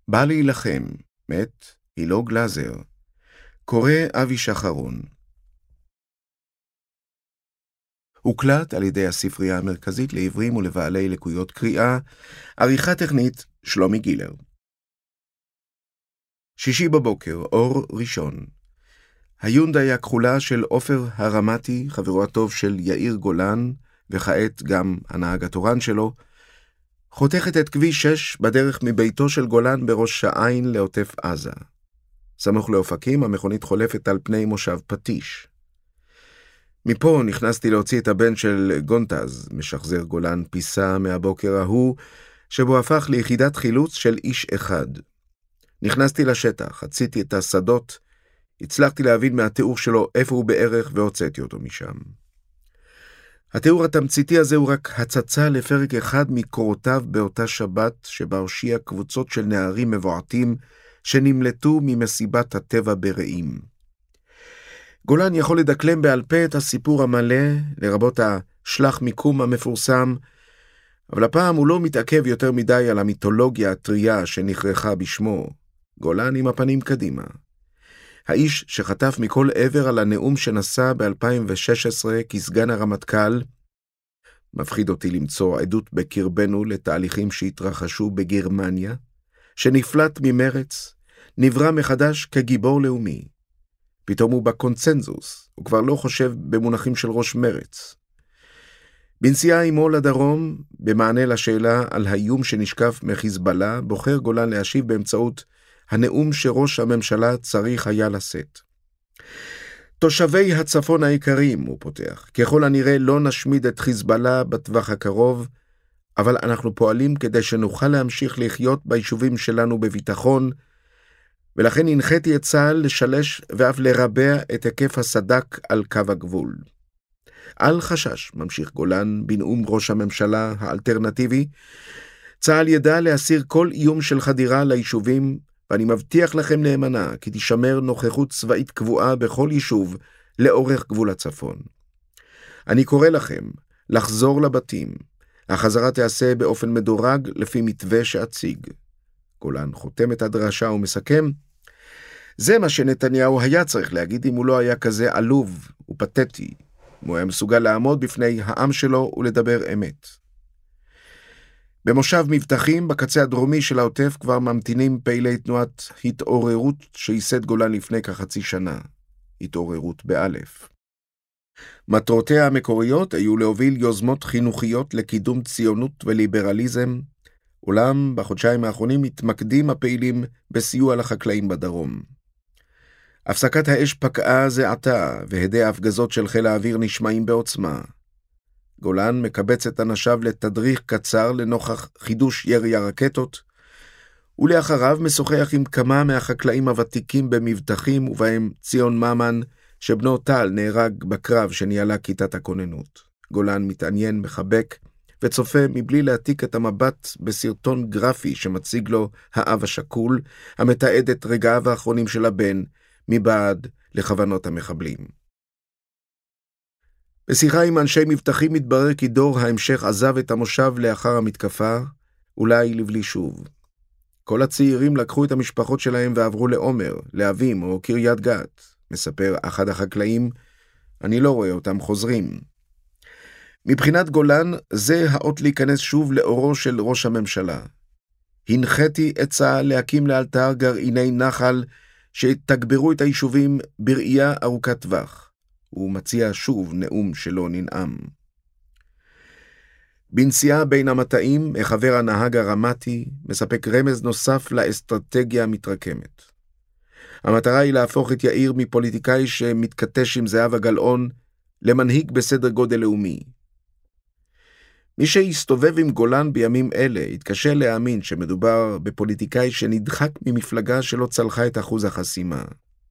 בא להילחם, מת הילו גלזר. קורא אבי שחרון. הוקלט על ידי הספרייה המרכזית לעברים ולבעלי לקויות קריאה, עריכה טכנית שלומי גילר. שישי בבוקר, אור ראשון. היונדאי הכחולה של עופר הרמתי, חברו הטוב של יאיר גולן, וכעת גם הנהג התורן שלו, חותכת את כביש 6 בדרך מביתו של גולן בראש העין לעוטף עזה. סמוך לאופקים, המכונית חולפת על פני מושב פטיש. מפה נכנסתי להוציא את הבן של גונטז, משחזר גולן פיסה מהבוקר ההוא, שבו הפך ליחידת חילוץ של איש אחד. נכנסתי לשטח, חציתי את השדות, הצלחתי להבין מהתיאור שלו איפה הוא בערך והוצאתי אותו משם. התיאור התמציתי הזה הוא רק הצצה לפרק אחד מקורותיו באותה שבת שבה הושיע קבוצות של נערים מבועתים שנמלטו ממסיבת הטבע ברעים. גולן יכול לדקלם בעל פה את הסיפור המלא, לרבות השלח מיקום המפורסם, אבל הפעם הוא לא מתעכב יותר מדי על המיתולוגיה הטריה שנכרחה בשמו. גולן עם הפנים קדימה. האיש שחטף מכל עבר על הנאום שנשא ב-2016 כסגן הרמטכ"ל, מפחיד אותי למצוא עדות בקרבנו לתהליכים שהתרחשו בגרמניה, שנפלט ממרץ, נברא מחדש כגיבור לאומי. פתאום הוא בקונצנזוס, הוא כבר לא חושב במונחים של ראש מרץ. בנסיעה עמו לדרום, במענה לשאלה על האיום שנשקף מחיזבאללה, בוחר גולן להשיב באמצעות הנאום שראש הממשלה צריך היה לשאת. תושבי הצפון העיקריים, הוא פותח, ככל הנראה לא נשמיד את חיזבאללה בטווח הקרוב, אבל אנחנו פועלים כדי שנוכל להמשיך לחיות ביישובים שלנו בביטחון, ולכן הנחיתי את צה"ל לשלש ואף לרבע את היקף הסדק על קו הגבול. אל חשש, ממשיך גולן בנאום ראש הממשלה האלטרנטיבי, צה"ל ידע להסיר כל איום של חדירה ליישובים, ואני מבטיח לכם נאמנה כי תשמר נוכחות צבאית קבועה בכל יישוב לאורך גבול הצפון. אני קורא לכם לחזור לבתים. החזרה תעשה באופן מדורג לפי מתווה שאציג. גולן חותם את הדרשה ומסכם, זה מה שנתניהו היה צריך להגיד אם הוא לא היה כזה עלוב ופתטי, אם הוא היה מסוגל לעמוד בפני העם שלו ולדבר אמת. במושב מבטחים, בקצה הדרומי של העוטף, כבר ממתינים פעילי תנועת התעוררות שייסד גולן לפני כחצי שנה. התעוררות באלף. מטרותיה המקוריות היו להוביל יוזמות חינוכיות לקידום ציונות וליברליזם, אולם בחודשיים האחרונים מתמקדים הפעילים בסיוע לחקלאים בדרום. הפסקת האש פקעה זה עתה, והדי ההפגזות של חיל האוויר נשמעים בעוצמה. גולן מקבץ את אנשיו לתדריך קצר לנוכח חידוש ירי הרקטות, ולאחריו משוחח עם כמה מהחקלאים הוותיקים במבטחים, ובהם ציון ממן, שבנו טל נהרג בקרב שניהלה כיתת הכוננות. גולן מתעניין, מחבק, וצופה מבלי להעתיק את המבט בסרטון גרפי שמציג לו האב השכול, המתעד את רגעיו האחרונים של הבן, מבעד לכוונות המחבלים. בשיחה עם אנשי מבטחים מתברר כי דור ההמשך עזב את המושב לאחר המתקפה, אולי לבלי שוב. כל הצעירים לקחו את המשפחות שלהם ועברו לעומר, לאבים או קריית גת. מספר אחד החקלאים, אני לא רואה אותם חוזרים. מבחינת גולן, זה האות להיכנס שוב לאורו של ראש הממשלה. הנחיתי את צה"ל להקים לאלתר גרעיני נחל שתגברו את היישובים בראייה ארוכת טווח. הוא מציע שוב נאום שלא ננאם. בנסיעה בין המטעים, החבר הנהג הרמתי מספק רמז נוסף לאסטרטגיה המתרקמת. המטרה היא להפוך את יאיר מפוליטיקאי שמתכתש עם זהבה גלאון למנהיג בסדר גודל לאומי. מי שיסתובב עם גולן בימים אלה יתקשה להאמין שמדובר בפוליטיקאי שנדחק ממפלגה שלא צלחה את אחוז החסימה.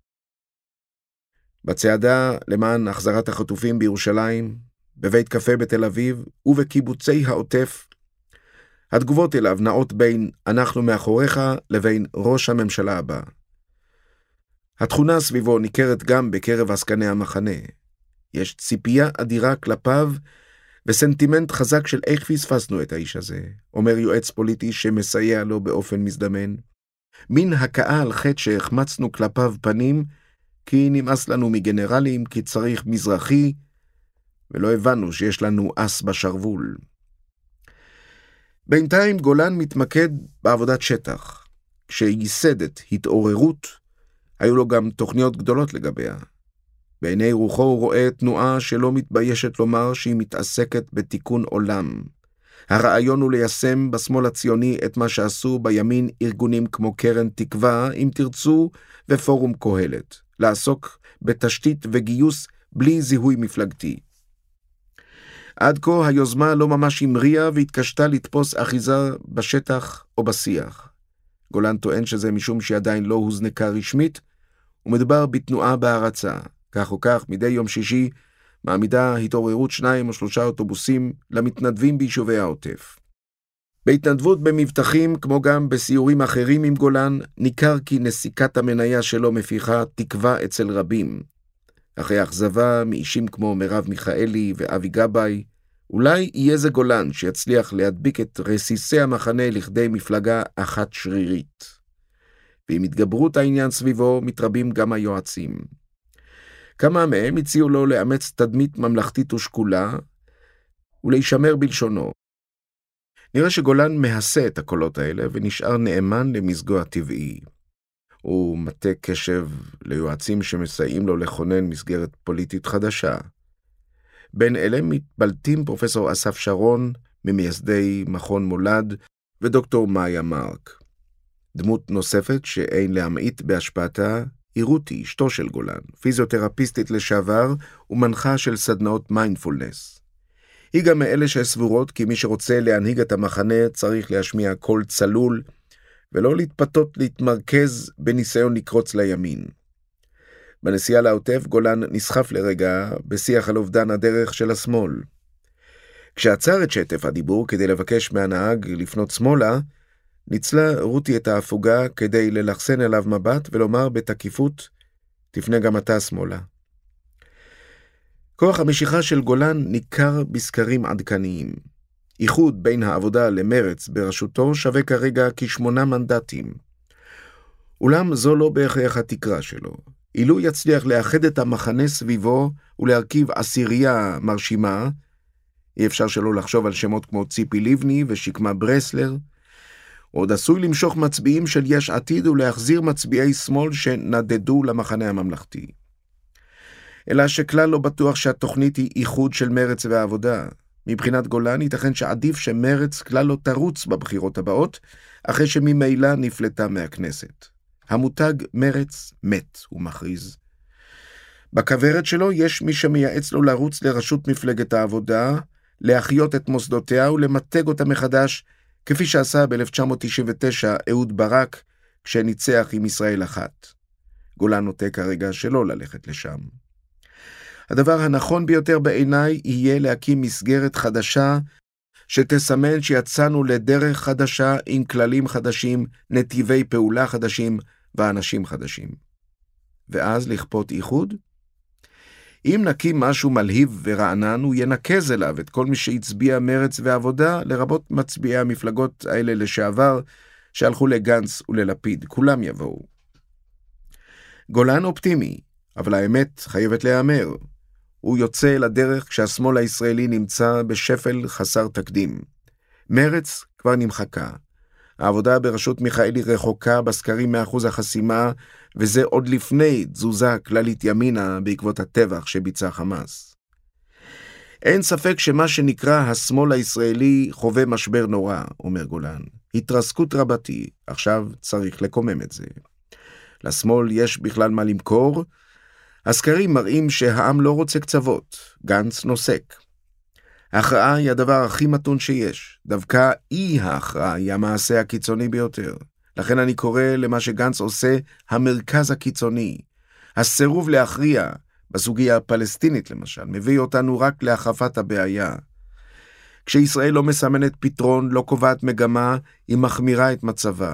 בצעדה למען החזרת החטופים בירושלים, בבית קפה בתל אביב ובקיבוצי העוטף, התגובות אליו נעות בין אנחנו מאחוריך לבין ראש הממשלה הבא. התכונה סביבו ניכרת גם בקרב עסקני המחנה. יש ציפייה אדירה כלפיו וסנטימנט חזק של איך פספסנו את האיש הזה, אומר יועץ פוליטי שמסייע לו באופן מזדמן. מן הכאה על חטא שהחמצנו כלפיו פנים, כי נמאס לנו מגנרלים, כי צריך מזרחי, ולא הבנו שיש לנו אס בשרוול. בינתיים גולן מתמקד בעבודת שטח. כשייסד את התעוררות, היו לו גם תוכניות גדולות לגביה. בעיני רוחו הוא רואה תנועה שלא מתביישת לומר שהיא מתעסקת בתיקון עולם. הרעיון הוא ליישם בשמאל הציוני את מה שעשו בימין ארגונים כמו קרן תקווה, אם תרצו, ופורום קהלת. לעסוק בתשתית וגיוס בלי זיהוי מפלגתי. עד כה היוזמה לא ממש המריאה והתקשתה לתפוס אחיזה בשטח או בשיח. גולן טוען שזה משום שהיא עדיין לא הוזנקה רשמית, ומדובר בתנועה בהרצה. כך או כך, מדי יום שישי מעמידה התעוררות 2 או 3 אוטובוסים למתנדבים ביישובי העוטף. בהתנדבות במבטחים, כמו גם בסיורים אחרים עם גולן, ניכר כי נסיקת המניה שלו מפיחה תקווה אצל רבים. אחרי אכזבה מאישים כמו מרב מיכאלי ואבי גבאי, אולי יהיה זה גולן שיצליח להדביק את רסיסי המחנה לכדי מפלגה אחת שרירית. ועם התגברות העניין סביבו מתרבים גם היועצים. כמה מהם הציעו לו לאמץ תדמית ממלכתית ושקולה, ולהישמר בלשונו. נראה שגולן מהסה את הקולות האלה ונשאר נאמן למזגו הטבעי. הוא מטה קשב ליועצים שמסייעים לו לכונן מסגרת פוליטית חדשה. בין אלה מתבלטים פרופסור אסף שרון, ממייסדי מכון מולד, ודוקטור מאיה מרק. דמות נוספת שאין להמעיט בהשפעתה היא רותי, אשתו של גולן, פיזיותרפיסטית לשעבר ומנחה של סדנאות מיינדפולנס. היא גם מאלה שסבורות כי מי שרוצה להנהיג את המחנה צריך להשמיע קול צלול, ולא להתפתות להתמרכז בניסיון לקרוץ לימין. בנסיעה לעוטף גולן נסחף לרגע בשיח על אובדן הדרך של השמאל. כשעצר את שטף הדיבור כדי לבקש מהנהג לפנות שמאלה, ניצלה רותי את ההפוגה כדי ללחסן אליו מבט ולומר בתקיפות, תפנה גם אתה שמאלה. כוח המשיכה של גולן ניכר בסקרים עדכניים. איחוד בין העבודה למרץ בראשותו שווה כרגע כ8 מנדטים. אולם זו לא בהכרח התקרה שלו. אילו יצליח לאחד את המחנה סביבו ולהרכיב עשירייה מרשימה, אי אפשר שלא לחשוב על שמות כמו ציפי לבני ושקמה ברסלר, עוד עשוי למשוך מצביעים של יש עתיד ולהחזיר מצביעי שמאל שנדדו למחנה הממלכתי. אלא שכלל לא בטוח שהתוכנית היא איחוד של מרץ והעבודה. מבחינת גולן ייתכן שעדיף שמרץ כלל לא תרוץ בבחירות הבאות, אחרי שממילא נפלטה מהכנסת. המותג מרץ מת, הוא מכריז. בכוורת שלו יש מי שמייעץ לו לרוץ לראשות מפלגת העבודה, להחיות את מוסדותיה ולמתג אותה מחדש, כפי שעשה ב-1999 אהוד ברק, כשניצח עם ישראל אחת. גולן נוטה כרגע שלא ללכת לשם. הדבר הנכון ביותר בעיניי יהיה להקים מסגרת חדשה, שתסמן שיצאנו לדרך חדשה עם כללים חדשים, נתיבי פעולה חדשים ואנשים חדשים. ואז לכפות איחוד? אם נקים משהו מלהיב ורענן, הוא ינקז אליו את כל מי שהצביע מרץ ועבודה, לרבות מצביעי המפלגות האלה לשעבר, שהלכו לגנץ וללפיד. כולם יבואו. גולן אופטימי, אבל האמת חייבת להיאמר. הוא יוצא לדרך כשהשמאל הישראלי נמצא בשפל חסר תקדים. מרץ כבר נמחקה. העבודה בראשות מיכאלי רחוקה בסקרים מאחוז החסימה, וזה עוד לפני תזוזה כללית ימינה בעקבות הטבח שביצע חמאס. אין ספק שמה שנקרא השמאל הישראלי חווה משבר נורא, אומר גולן. התרסקות רבתי, עכשיו צריך לקומם את זה. לשמאל יש בכלל מה למכור. הסקרים מראים שהעם לא רוצה קצוות, גנץ נוסק. ההכרעה היא הדבר הכי מתון שיש. דווקא אי ההכרעה היא המעשה הקיצוני ביותר. לכן אני קורא למה שגנץ עושה המרכז הקיצוני. הסירוב להכריע, בסוגיה הפלסטינית למשל, מביא אותנו רק להחרפת הבעיה. כשישראל לא מסמנת פתרון, לא קובעת מגמה, היא מחמירה את מצבה.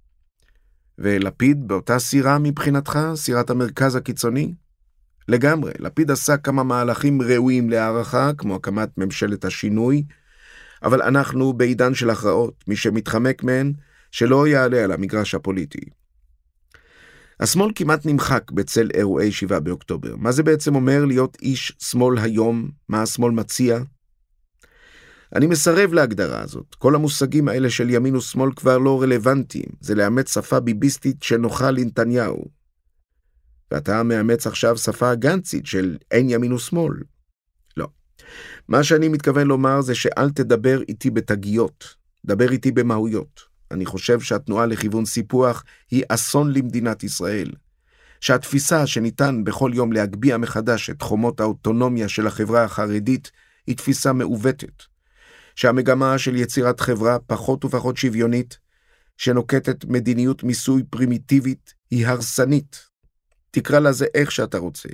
ולפיד באותה סירה מבחינתך, סירת המרכז הקיצוני? לגמרי, לפיד עשה כמה מהלכים ראויים להערכה, כמו הקמת ממשלת השינוי, אבל אנחנו בעידן של הכרעות. מי שמתחמק מהן, שלא יעלה על המגרש הפוליטי. השמאל כמעט נמחק בצל אירועי 7 באוקטובר. מה זה בעצם אומר להיות איש שמאל היום? מה השמאל מציע? אני מסרב להגדרה הזאת. כל המושגים האלה של ימין ושמאל כבר לא רלוונטיים. זה לאמץ שפה ביביסטית שנוחה לנתניהו. ואתה מאמץ עכשיו שפה גנצית של אין ימין ושמאל. לא. מה שאני מתכוון לומר זה שאל תדבר איתי בתגיות. דבר איתי במהויות. אני חושב שהתנועה לכיוון סיפוח היא אסון למדינת ישראל. שהתפיסה שניתן בכל יום להגביה מחדש את חומות האוטונומיה של החברה החרדית היא תפיסה מעוותת. שהמגמה של יצירת חברה פחות ופחות שוויונית, שנוקטת מדיניות מיסוי פרימיטיבית, היא הרסנית. תקרא לזה איך שאתה רוצה.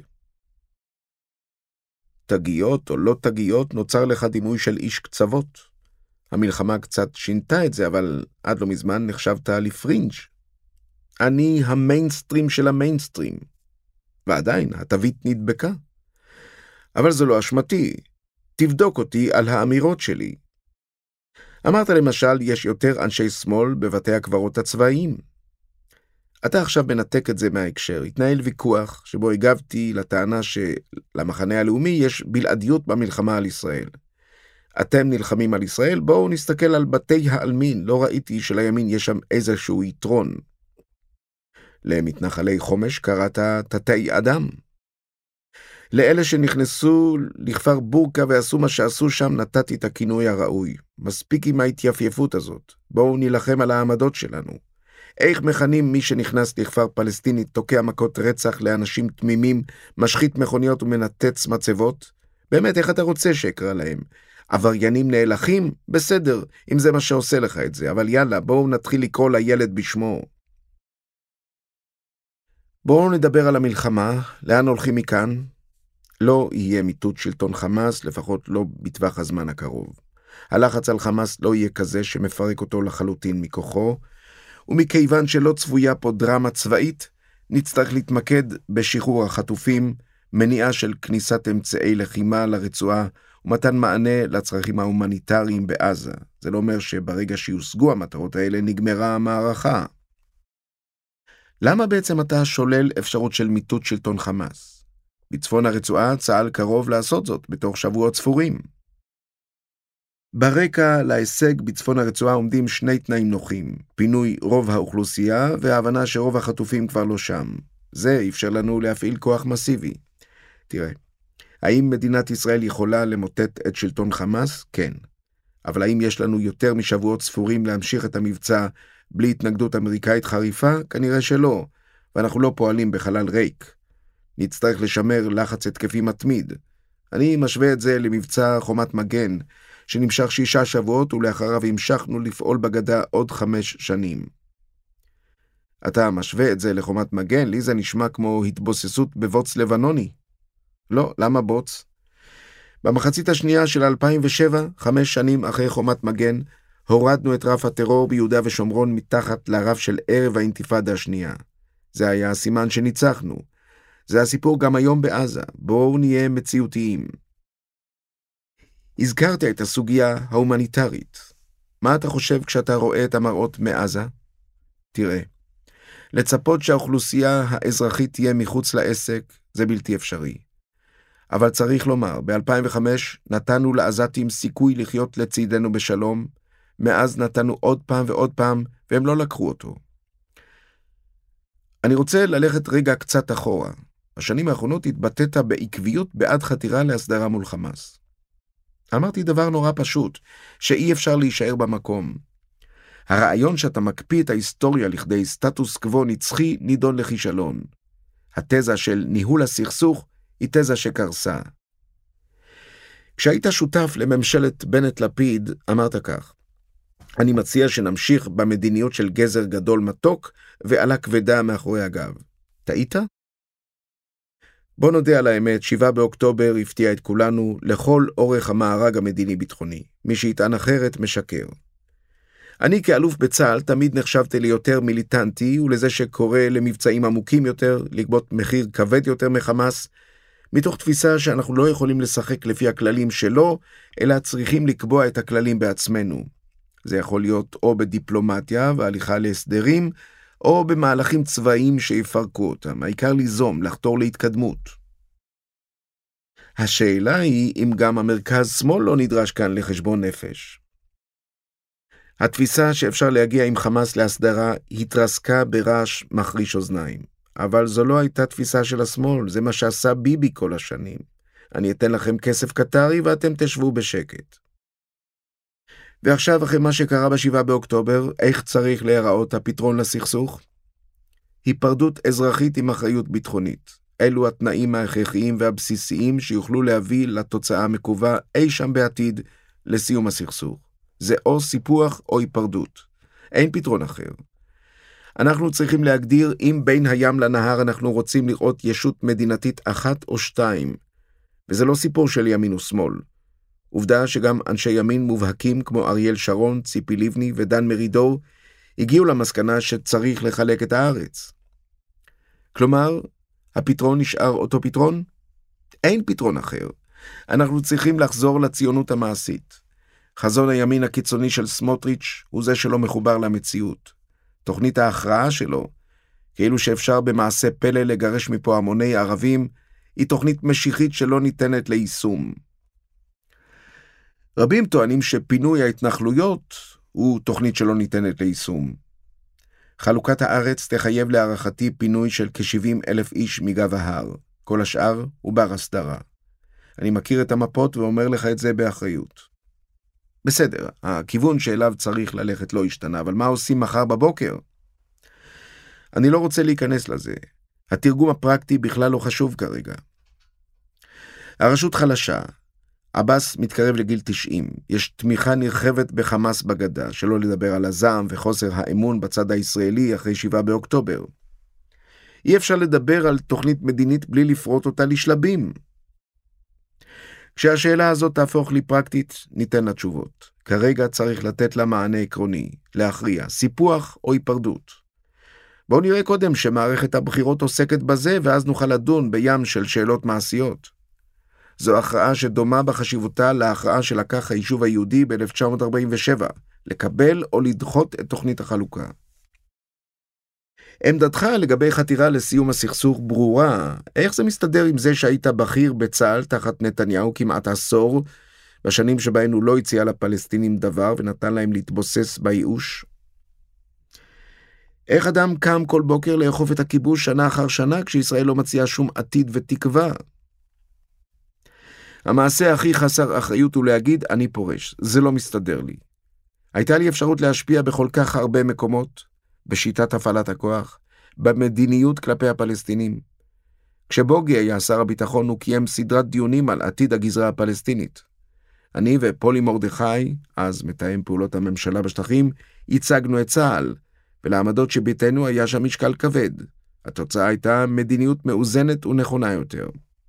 תגיות או לא תגיות נוצר לך דימוי של איש קצוות. המלחמה קצת שינתה את זה, אבל עד לא מזמן נחשבת לפרינג'. אני המיינסטרים של המיינסטרים. ועדיין, התווית נדבקה. אבל זו לא אשמתי. תבדוק אותי על האמירות שלי. אמרת למשל, יש יותר אנשי שמאל בבתי הקברות הצבאיים. אתה עכשיו מנתק את זה מההקשר. התנהל ויכוח שבו הגבתי לטענה שלמחנה הלאומי יש בלעדיות במלחמה על ישראל. אתם נלחמים על ישראל, בואו נסתכל על בתי העלמין. לא ראיתי שלימין יש שם איזשהו יתרון. למתנחלי חומש קראת תתי אדם. לאלה שנכנסו לכפר בורקה ועשו מה שעשו שם נתתי את הכינוי הראוי. מספיק עם ההתייפייפות הזאת. בואו נילחם על העמדות שלנו. איך מכנים מי שנכנס לכפר פלסטיני תוקע מכות רצח לאנשים תמימים, משחית מכוניות ומנתץ מצבות? באמת, איך אתה רוצה שיקרא להם? עבריינים נאלחים? בסדר, אם זה מה שעושה לך את זה, אבל יאללה, בואו נתחיל לקרוא לילד בשמו. בואו נדבר על המלחמה, לאן הולכים מכאן? לא יהיה מיטוט שלטון חמאס, לפחות לא בטווח הזמן הקרוב. הלחץ על חמאס לא יהיה כזה שמפרק אותו לחלוטין מכוחו, ומכיוון שלא צפויה פה דרמה צבאית, נצטרך להתמקד בשחרור החטופים, מניעה של כניסת אמצעי לחימה לרצועה, ומתן מענה לצרכים ההומניטריים בעזה. זה לא אומר שברגע שיושגו המטרות האלה נגמרה המערכה. למה בעצם אתה שולל אפשרות של מיטוט שלטון חמאס? בצפון הרצועה צה"ל קרוב לעשות זאת בתוך שבועות ספורים. ברקע להישג בצפון הרצועה עומדים שני תנאים נוחים, פינוי רוב האוכלוסייה וההבנה שרוב החטופים כבר לא שם. זה אפשר לנו להפעיל כוח מסיבי. תראה, האם מדינת ישראל יכולה למוטט את שלטון חמאס? כן. אבל האם יש לנו יותר משבועות ספורים להמשיך את המבצע בלי התנגדות אמריקאית חריפה? כנראה שלא, ואנחנו לא פועלים בחלל ריק. נצטרך לשמר לחץ התקפי מתמיד. אני משווה את זה למבצע חומת מגן, שנמשך 6 שבועות ולאחריו המשכנו לפעול בגדה עוד 5 שנים. אתה משווה את זה לחומת מגן? לי זה נשמע כמו התבוססות בבוץ לבנוני. לא, למה בוץ? במחצית השנייה של 2007, 5 שנים אחרי חומת מגן, הורדנו את רף הטרור ביהודה ושומרון מתחת לרף של ערב האינתיפאדה השנייה. זה היה הסימן שניצחנו. זה הסיפור גם היום בעזה. בואו נהיה מציאותיים. הזכרת את הסוגיה ההומניטרית. מה אתה חושב כשאתה רואה את המראות מעזה? תראה, לצפות שהאוכלוסייה האזרחית תהיה מחוץ לעסק, זה בלתי אפשרי. אבל צריך לומר, ב-2005 נתנו לעזתים סיכוי לחיות לצידנו בשלום, מאז נתנו עוד פעם ועוד פעם, והם לא לקחו אותו. אני רוצה ללכת רגע קצת אחורה. בשנים האחרונות התבטאת בעקביות בעד חתירה להסדרה מול חמאס. אמרתי דבר נורא פשוט, שאי אפשר להישאר במקום. הרעיון שאתה מקפיא את ההיסטוריה לכדי סטטוס קוו נצחי נידון לכישלון. התזה של ניהול הסכסוך היא תזה שקרסה. כשהיית שותף לממשלת בנט-לפיד, אמרת כך: אני מציע שנמשיך במדיניות של גזר גדול מתוק ועלה כבדה מאחורי הגב. טעית? בוא נודה על האמת, 7 באוקטובר הפתיע את כולנו לכל אורך המארג המדיני-ביטחוני. מי שיטען אחרת משקר. אני כאלוף בצה"ל תמיד נחשבתי ליותר מיליטנטי, ולזה שקורא למבצעים עמוקים יותר, לגבות מחיר כבד יותר מחמאס, מתוך תפיסה שאנחנו לא יכולים לשחק לפי הכללים שלו, אלא צריכים לקבוע את הכללים בעצמנו. זה יכול להיות או בדיפלומטיה והליכה להסדרים, או במהלכים צבאיים שיפרקו אותם. העיקר ליזום, לחתור להתקדמות. השאלה היא אם גם המרכז שמאל לא נדרש כאן לחשבון נפש. התפיסה שאפשר להגיע עם חמאס להסדרה התרסקה ברעש מחריש אוזניים. אבל זו לא הייתה תפיסה של השמאל, זה מה שעשה ביבי כל השנים. אני אתן לכם כסף קטרי ואתם תשבו בשקט. ועכשיו, אחרי מה שקרה ב7 באוקטובר, איך צריך להיראות הפתרון לסכסוך? היפרדות אזרחית עם אחריות ביטחונית. אלו התנאים ההכרחיים והבסיסיים שיוכלו להביא לתוצאה המקווה אי שם בעתיד לסיום הסכסוך. זה או סיפוח או היפרדות. אין פתרון אחר. אנחנו צריכים להגדיר אם בין הים לנהר אנחנו רוצים לראות ישות מדינתית אחת או שתיים. וזה לא סיפור של ימין ושמאל. עובדה שגם אנשי ימין מובהקים כמו אריאל שרון, ציפי לבני ודן מרידור הגיעו למסקנה שצריך לחלק את הארץ. כלומר, הפתרון נשאר אותו פתרון? אין פתרון אחר. אנחנו צריכים לחזור לציונות המעשית. חזון הימין הקיצוני של סמוטריץ' הוא זה שלא מחובר למציאות. תוכנית ההכרעה שלו, כאילו שאפשר במעשה פלא לגרש מפה המוני ערבים, היא תוכנית משיחית שלא ניתנת ליישום. רבים טוענים שפינוי ההתנחלויות הוא תוכנית שלא ניתנת ליישום. חלוקת הארץ תחייב להערכתי פינוי של כ-70,000 איש מגב ההר. כל השאר הוא בר הסדרה. אני מכיר את המפות ואומר לך את זה באחריות. בסדר, הכיוון שאליו צריך ללכת לא השתנה, אבל מה עושים מחר בבוקר? אני לא רוצה להיכנס לזה. התרגום הפרקטי בכלל לא חשוב כרגע. הרשות חלשה. אבאס מתקרב לגיל 90. יש תמיכה נרחבת בחמאס בגדה, שלא לדבר על הזעם וחוסר האמון בצד הישראלי אחרי 7 באוקטובר. אי אפשר לדבר על תוכנית מדינית בלי לפרוט אותה לשלבים. כשהשאלה הזאת תהפוך לי פרקטית, ניתן לה תשובות. כרגע צריך לתת לה מענה עקרוני, להכריע, סיפוח או היפרדות. בואו נראה קודם שמערכת הבחירות עוסקת בזה, ואז נוכל לדון בים של שאלות מעשיות. זו הכרעה שדומה בחשיבותה להכרעה שלקח היישוב היהודי ב-1947, לקבל או לדחות את תוכנית החלוקה. עמדתך לגבי חתירה לסיום הסכסוך ברורה. איך זה מסתדר עם זה שהיית בכיר בצה"ל תחת נתניהו כמעט עשור, בשנים שבהן הוא לא הציע לפלסטינים דבר ונתן להם להתבוסס בייאוש? איך אדם קם כל בוקר לאכוף את הכיבוש שנה אחר שנה כשישראל לא מציעה שום עתיד ותקווה? המעשה הכי חסר אחריות הוא להגיד אני פורש, זה לא מסתדר לי. הייתה לי אפשרות להשפיע בכל כך הרבה מקומות, בשיטת הפעלת הכוח, במדיניות כלפי הפלסטינים. כשבוגי היה שר הביטחון הוא קיים סדרת דיונים על עתיד הגזרה הפלסטינית. אני ופולי מרדכי, אז מתאם פעולות הממשלה בשטחים, ייצגנו את צה"ל, ולעמדות שביתנו היה שם משקל כבד. התוצאה הייתה מדיניות מאוזנת ונכונה יותר.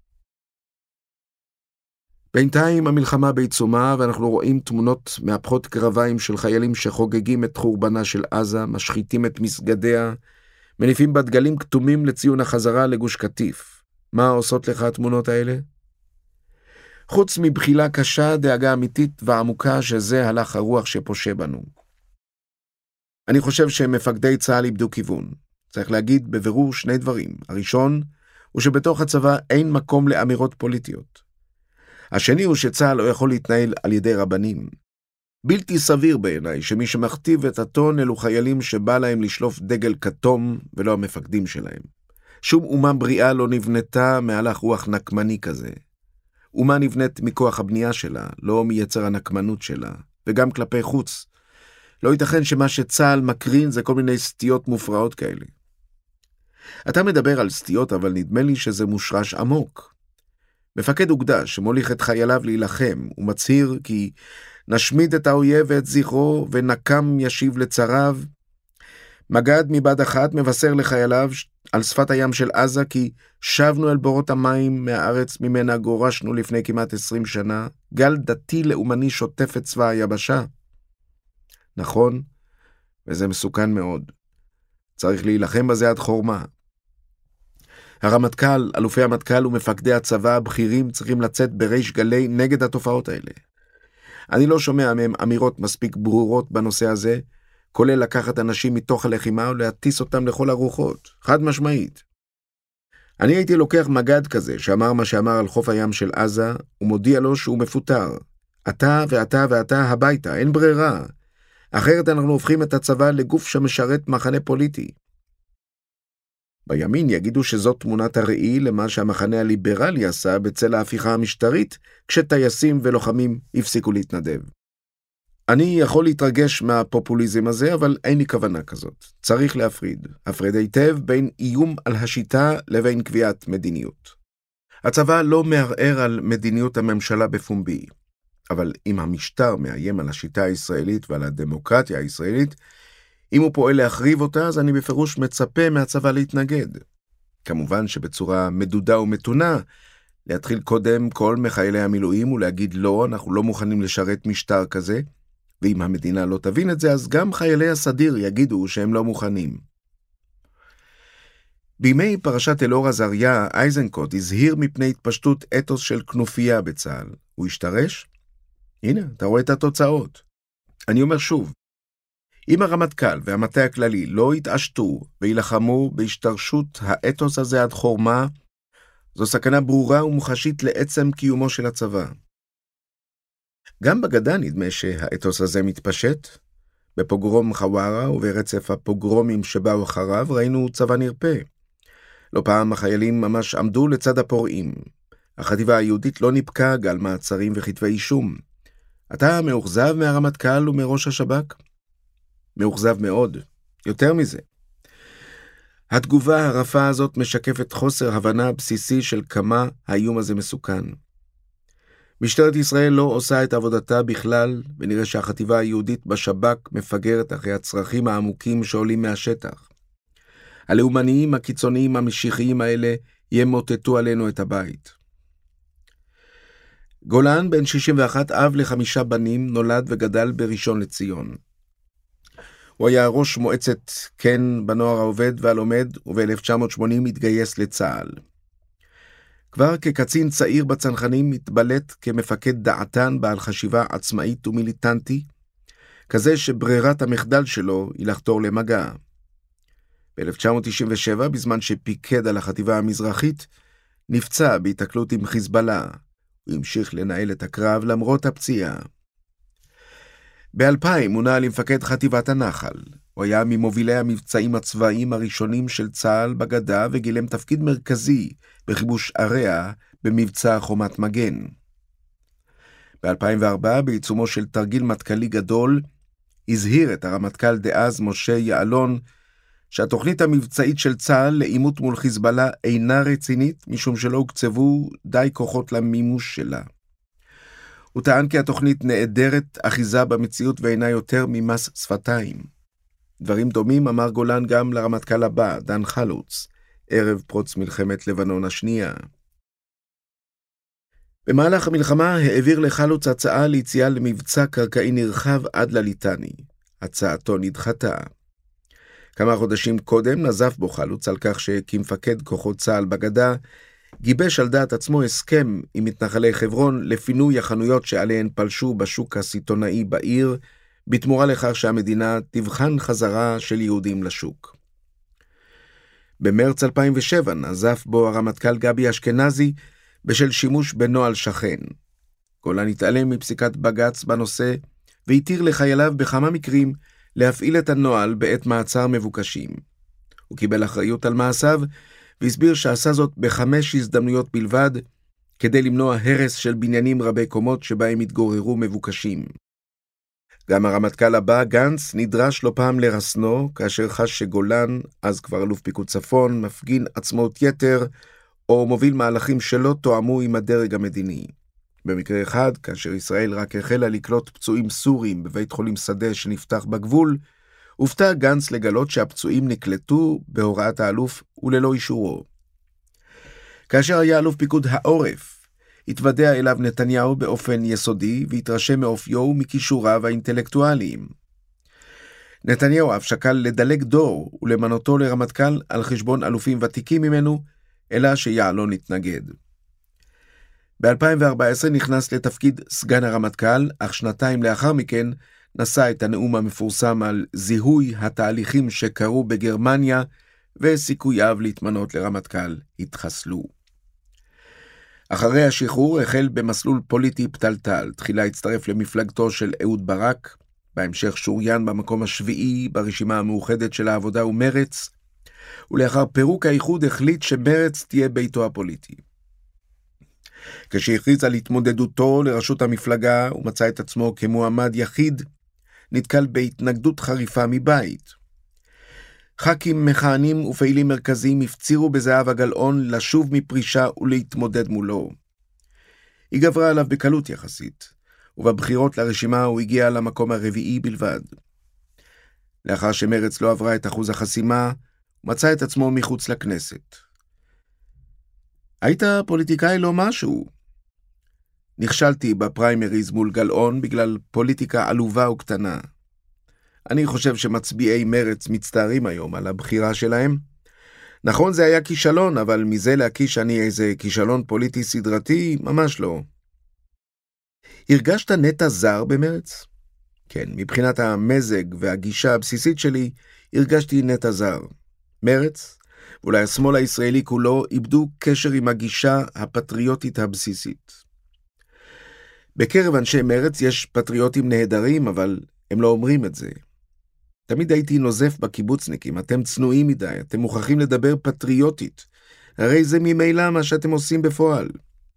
בינתיים המלחמה בעיצומה, ואנחנו רואים תמונות מהפכות קרביים של חיילים שחוגגים את חורבנה של עזה, משחיתים את מסגדיה, מניפים בדגלים כתומים לציון החזרה לגוש קטיף. מה עושות לך התמונות האלה? חוץ מבחילה קשה, דאגה אמיתית ועמוקה שזה הלך הרוח שפושה בנו. אני חושב שמפקדי צה"ל איבדו כיוון. צריך להגיד בבירור שני דברים. הראשון הוא שבתוך הצבא אין מקום לאמירות פוליטיות. השני הוא שצה"ל לא יכול להתנהל על ידי רבנים. בלתי סביר בעיניי שמי שמכתיב את הטון אלו חיילים שבא להם לשלוף דגל כתום ולא המפקדים שלהם. שום אומה בריאה לא נבנתה מהלך רוח נקמני כזה. אומה נבנית מכוח הבנייה שלה, לא מייצר הנקמנות שלה, וגם כלפי חוץ. לא ייתכן שמה שצה"ל מקרין זה כל מיני סטיות מופרעות כאלה. אתה מדבר על סטיות, אבל נדמה לי שזה מושרש עמוק. מפקד אוגדה שמוליך את חייליו להילחם, הוא מצהיר כי נשמיד את האויב ואת זכרו ונקם ישיב לצריו. מג"ד מבה"ד 1 מבשר לחייליו על שפת הים של עזה כי שבנו אל בורות המים מהארץ ממנה גורשנו לפני כמעט 20 שנה. גל דתי לאומני שוטף את צבא היבשה. נכון, וזה מסוכן מאוד. צריך להילחם בזה עד חורמה. הרמטכ"ל, אלופי המטכ"ל ומפקדי הצבא הבכירים צריכים לצאת בריש גלי נגד התופעות האלה. אני לא שומע מהם אמירות מספיק ברורות בנושא הזה, כולל לקחת אנשים מתוך הלחימה ולהטיס אותם לכל הרוחות, חד משמעית. אני הייתי לוקח מגד כזה שאמר מה שאמר על חוף הים של עזה, ומודיע לו שהוא מפוטר. אתה ואתה ואתה הביתה, אין ברירה. אחרת אנחנו הופכים את הצבא לגוף שמשרת מחנה פוליטי. בימין יגידו שזאת תמונת הראי למה שהמחנה הליברלי עשה בצל ההפיכה המשטרית, כשטייסים ולוחמים הפסיקו להתנדב. אני יכול להתרגש מהפופוליזם הזה, אבל אין לי כוונה כזאת. צריך להפריד. הפרד היטב בין איום על השיטה לבין קביעת מדיניות. הצבא לא מערער על מדיניות הממשלה בפומבי, אבל אם המשטר מאיים על השיטה הישראלית ועל הדמוקרטיה הישראלית, אם הוא פועל להחריב אותה, אז אני בפירוש מצפה מהצבא להתנגד. כמובן שבצורה מדודה ומתונה, להתחיל קודם כל מחיילי המילואים ולהגיד לא, אנחנו לא מוכנים לשרת משטר כזה, ואם המדינה לא תבין את זה, אז גם חיילי הסדיר יגידו שהם לא מוכנים. בימי פרשת אלאור עזריה, איזנקוט הזהיר מפני התפשטות אתוס של כנופיה בצה"ל. הוא השתרש? הנה, אתה רואה את התוצאות. אני אומר שוב, אם הרמטכ"ל והמטה הכללי לא יתעשתו וילחמו בהשתרשות האתוס הזה עד חורמה, זו סכנה ברורה ומוחשית לעצם קיומו של הצבא. גם בגדה נדמה שהאתוס הזה מתפשט. בפוגרום חווארה וברצף הפוגרומים שבאו אחריו ראינו צבא נרפה. לא פעם החיילים ממש עמדו לצד הפורעים. החטיבה היהודית לא נפקה גל מעצרים וכתבי אישום. אתה מאוכזב מהרמטכ"ל ומראש השב"כ? מאוכזב מאוד. יותר מזה. התגובה הרפה הזאת משקפת חוסר הבנה בסיסי של כמה האיום הזה מסוכן. משטרת ישראל לא עושה את עבודתה בכלל, ונראה שהחטיבה היהודית בשב"כ מפגרת אחרי הצרכים העמוקים שעולים מהשטח. הלאומניים הקיצוניים המשיחיים האלה ימוטטו עלינו את הבית. גולן, בן 61, אב ל5 בנים, נולד וגדל בראשון לציון. הוא היה ראש מועצת כן בנוער העובד והלומד, וב-1980 התגייס לצה"ל. כבר כקצין צעיר בצנחנים התבלט כמפקד דעתן בעל חשיבה עצמאית ומיליטנטי, כזה שברירת המחדל שלו היא לחתור למגע. ב-1997, בזמן שפיקד על החטיבה המזרחית, נפצע בהתקלות עם חיזבאללה. הוא המשיך לנהל את הקרב למרות הפציעה. ב-2000 מונה למפקד חטיבת הנחל. הוא היה ממובילי המבצעים הצבאיים הראשונים של צה"ל בגדה וגילם תפקיד מרכזי בכיבוש עריה במבצע חומת מגן. ב-2004, בעיצומו של תרגיל מטכ"לי גדול, הזהיר את הרמטכ"ל דאז משה יעלון שהתוכנית המבצעית של צה"ל לעימות מול חיזבאללה אינה רצינית משום שלא הוקצבו די כוחות למימוש שלה. הוא טען כי התוכנית נעדרת אחיזה במציאות ואינה יותר ממס שפתיים. דברים דומים אמר גולן גם לרמטכ"ל הבא, דן חלוץ, ערב פרוץ מלחמת לבנון השנייה. במהלך המלחמה העביר לחלוץ הצעה ליציאה למבצע קרקעי נרחב עד לליטני. הצעתו נדחתה. כמה חודשים קודם נזף בו חלוץ על כך שכמפקד כוחות צה"ל בגדה, גיבש על דעת עצמו הסכם עם מתנחלי חברון לפינוי החנויות שעליהן פלשו בשוק הסיטונאי בעיר, בתמורה לכך שהמדינה תבחן חזרה של יהודים לשוק. במרץ 2007 נזף בו הרמטכ"ל גבי אשכנזי בשל שימוש בנוהל שכן. גולן התעלם מפסיקת בג"ץ בנושא, והתיר לחייליו בכמה מקרים להפעיל את הנוהל בעת מעצר מבוקשים. הוא קיבל אחריות על מעשיו, והסביר שעשה זאת ב5 הזדמנויות בלבד, כדי למנוע הרס של בניינים רבי קומות שבהם התגוררו מבוקשים. גם הרמטכ"ל הבא, גנץ, נדרש לא פעם לרסנו, כאשר חש שגולן, אז כבר אלוף פיקוד צפון, מפגין עצמאות יתר, או מוביל מהלכים שלא תואמו עם הדרג המדיני. במקרה אחד, כאשר ישראל רק החלה לקלוט פצועים סורים בבית חולים שדה שנפתח בגבול, הופתע גנץ לגלות שהפצועים נקלטו בהוראת האלוף וללא אישורו. כאשר היה אלוף פיקוד העורף, התוודע אליו נתניהו באופן יסודי והתרשם מאופיו ומכישוריו האינטלקטואליים. נתניהו אף שקל לדלג דור ולמנותו לרמטכ"ל על חשבון אלופים ותיקים ממנו, אלא שיעלון התנגד. ב-2014 נכנס לתפקיד סגן הרמטכ"ל, אך שנתיים לאחר מכן נשא את הנאום המפורסם על זיהוי התהליכים שקרו בגרמניה, וסיכוייו להתמנות לרמטכ"ל התחסלו. אחרי השחרור החל במסלול פוליטי פתלתל, תחילה הצטרף למפלגתו של אהוד ברק, בהמשך שוריין במקום השביעי ברשימה המאוחדת של העבודה ומרץ, ולאחר פירוק האיחוד החליט שמרץ תהיה ביתו הפוליטי. כשהכריז על התמודדותו לראשות המפלגה ומצא את עצמו כמועמד יחיד, נתקל בהתנגדות חריפה מבית. ח"כים מכהנים ופעילים מרכזיים הפצירו בזהבה גלאון לשוב מפרישה ולהתמודד מולו. היא גברה עליו בקלות יחסית, ובבחירות לרשימה הוא הגיע למקום הרביעי בלבד. לאחר שמרץ לא עברה את אחוז החסימה, מצא את עצמו מחוץ לכנסת. היית פוליטיקאי לא משהו. נכשלתי בפריימריז מול גלאון בגלל פוליטיקה עלובה וקטנה. אני חושב שמצביעי מרץ מצטערים היום על הבחירה שלהם. נכון, זה היה כישלון, אבל מזה להקיש אני איזה כישלון פוליטי סדרתי, ממש לא. הרגשת נטע זר במרץ? כן, מבחינת המזג והגישה הבסיסית שלי, הרגשתי נטע זר. מרץ, ואולי השמאל הישראלי כולו, איבדו קשר עם הגישה הפטריוטית הבסיסית. בקרב אנשי מרץ יש פטריוטים נהדרים, אבל הם לא אומרים את זה. תמיד הייתי נוזף בקיבוצניקים, אתם צנועים מדי, אתם מוכרחים לדבר פטריוטית, הרי זה ממילא מה שאתם עושים בפועל.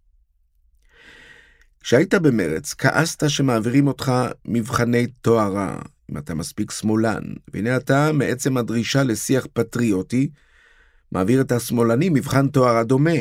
כשהיית במרץ, כעסת שמעבירים אותך מבחני תוארה, אם אתה מספיק שמאלן, והנה אתה מעצם הדרישה לשיח פטריוטי, מעביר את השמאלנים מבחן תוארה דומה.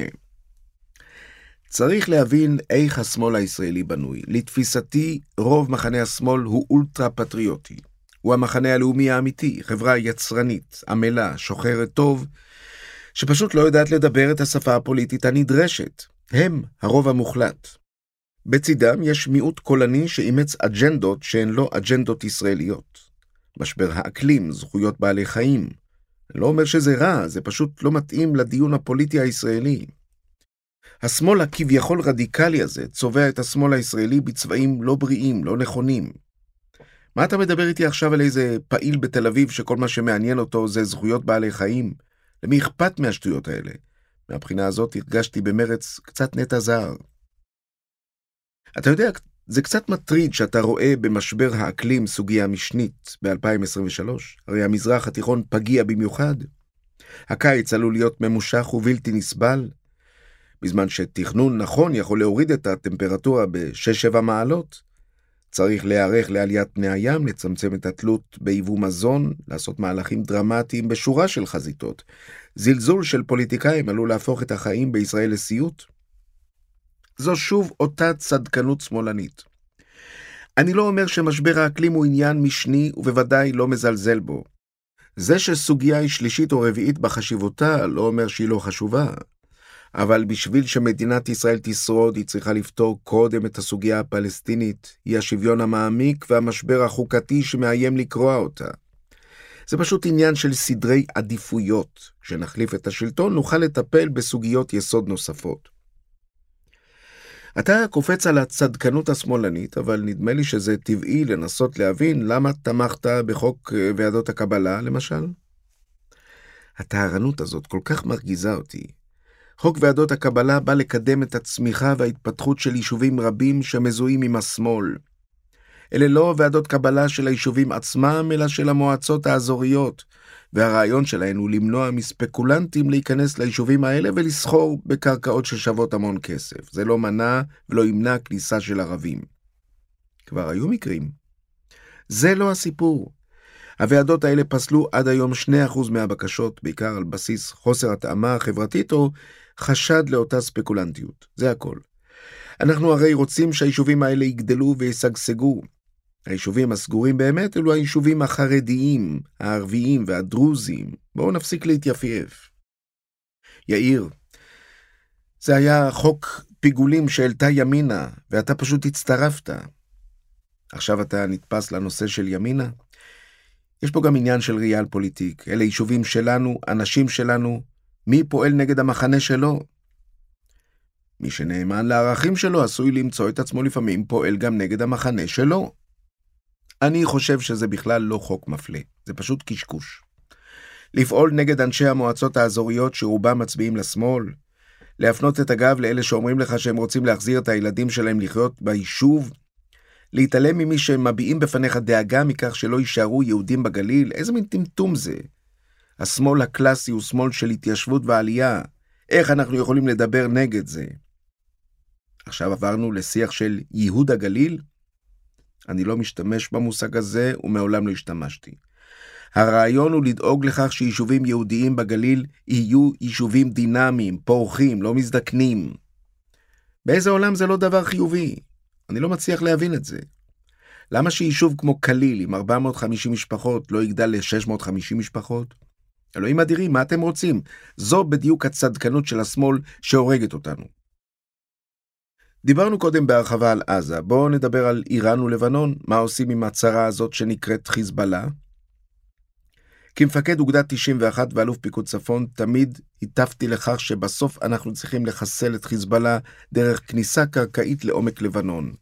צריך להבין איך השמאל הישראלי בנוי. לתפיסתי, רוב מחנה השמאל הוא אולטרה פטריוטי. הוא המחנה הלאומי האמיתי, חברה יצרנית, עמלה, שוחרת טוב, שפשוט לא יודעת לדבר את השפה הפוליטית הנדרשת. הם הרוב המוחלט. בצדם יש מיעוט קולני שאימץ אג'נדות שהן לא אג'נדות ישראליות. משבר האקלים, זכויות בעלי חיים. אני לא אומר שזה רע, זה פשוט לא מתאים לדיון הפוליטי הישראלי. השמאל הכביכול רדיקלי הזה צובע את השמאל הישראלי בצבעים לא בריאים, לא נכונים. מה אתה מדבר איתי עכשיו על איזה פעיל בתל אביב שכל מה שמעניין אותו זה זכויות בעלי חיים? למי אכפת מהשטויות האלה? מהבחינה הזאת הרגשתי במרץ קצת נטע זר. אתה יודע, זה קצת מטריד שאתה רואה במשבר האקלים סוגיה משנית ב-2023. הרי המזרח התיכון פגיע במיוחד. הקיץ עלול להיות ממושך ובלתי נסבל. בזמן שתכנון נכון יכול להוריד את הטמפרטורה ב-6-7 מעלות. צריך להיערך לעליית פני הים, לצמצם את התלות ביבוא מזון, לעשות מהלכים דרמטיים בשורה של חזיתות. זלזול של פוליטיקאים עלול להפוך את החיים בישראל לסיוט. זו שוב אותה צדקנות שמאלנית. אני לא אומר שמשבר האקלים הוא עניין משני ובוודאי לא מזלזל בו. זה שסוגיה היא שלישית או רביעית בחשיבותה לא אומר שהיא לא חשובה. אבל בשביל שמדינת ישראל תשרוד, היא צריכה לפתור קודם את הסוגיה הפלסטינית, היא השוויון המעמיק והמשבר החוקתי שמאיים לקרוע אותה. זה פשוט עניין של סדרי עדיפויות. כשנחליף את השלטון, נוכל לטפל בסוגיות יסוד נוספות. אתה קופץ על הצדקנות השמאלנית, אבל נדמה לי שזה טבעי לנסות להבין למה תמכת בחוק ועדות הקבלה, למשל. הטהרנות הזאת כל כך מרגיזה אותי. חוק ועדות הקבלה בא לקדם את הצמיחה וההתפתחות של יישובים רבים שמזוהים עם השמאל. אלה לא ועדות קבלה של היישובים עצמם, אלא של המועצות האזוריות, והרעיון שלהן הוא למנוע מספקולנטים להיכנס ליישובים האלה ולסחור בקרקעות ששוות המון כסף. זה לא מנע ולא ימנע כניסה של ערבים. כבר היו מקרים. זה לא הסיפור. הוועדות האלה פסלו עד היום 2% מהבקשות, בעיקר על בסיס חוסר התאמה חברתית או חשד לאותה ספקולנטיות. זה הכל. אנחנו הרי רוצים שהיישובים האלה יגדלו ויסגסגו. היישובים הסגורים באמת אלו היישובים החרדיים, הערביים והדרוזיים. בואו נפסיק להתייפייף. יאיר, זה היה חוק פיגולים שהעלתה ימינה, ואתה פשוט הצטרפת. עכשיו אתה נתפס לנושא של ימינה? יש פה גם עניין של ריאל פוליטיק. אלה יישובים שלנו, אנשים שלנו, מי פועל נגד המחנה שלו? מי שנאמן לערכים שלו עשוי למצוא את עצמו לפעמים פועל גם נגד המחנה שלו. אני חושב שזה בכלל לא חוק מפלה, זה פשוט קשקוש. לפעול נגד אנשי המועצות האזוריות שרובם מצביעים לשמאל, להפנות את הגב לאלה שאומרים לך שהם רוצים להחזיר את הילדים שלהם לחיות ביישוב, להתעלם ממי שמביעים בפניך דאגה מכך שלא יישארו יהודים בגליל, איזה מין טמטום זה? השמאל הקלאסי הוא שמאל של התיישבות ועלייה, איך אנחנו יכולים לדבר נגד זה? עכשיו עברנו לשיח של ייהוד הגליל? אני לא משתמש במושג הזה ומעולם לא השתמשתי. הרעיון הוא לדאוג לכך שיישובים יהודיים בגליל יהיו יישובים דינמיים, פורחים, לא מזדקנים. באיזה עולם זה לא דבר חיובי? אני לא מצליח להבין את זה. למה שיישוב כמו קליל עם 450 משפחות לא יגדל ל-650 משפחות? אלוהים אדירים, מה אתם רוצים? זו בדיוק הצדקנות של השמאל שהורגת אותנו. דיברנו קודם בהרחבה על עזה, בואו נדבר על איראן ולבנון, מה עושים עם הצרה הזאת שנקראת חיזבאללה. כמפקד אוגדה 91 ואלוף פיקוד צפון, תמיד הטפתי לכך שבסוף אנחנו צריכים לחסל את חיזבאללה דרך כניסה קרקעית לעומק לבנון.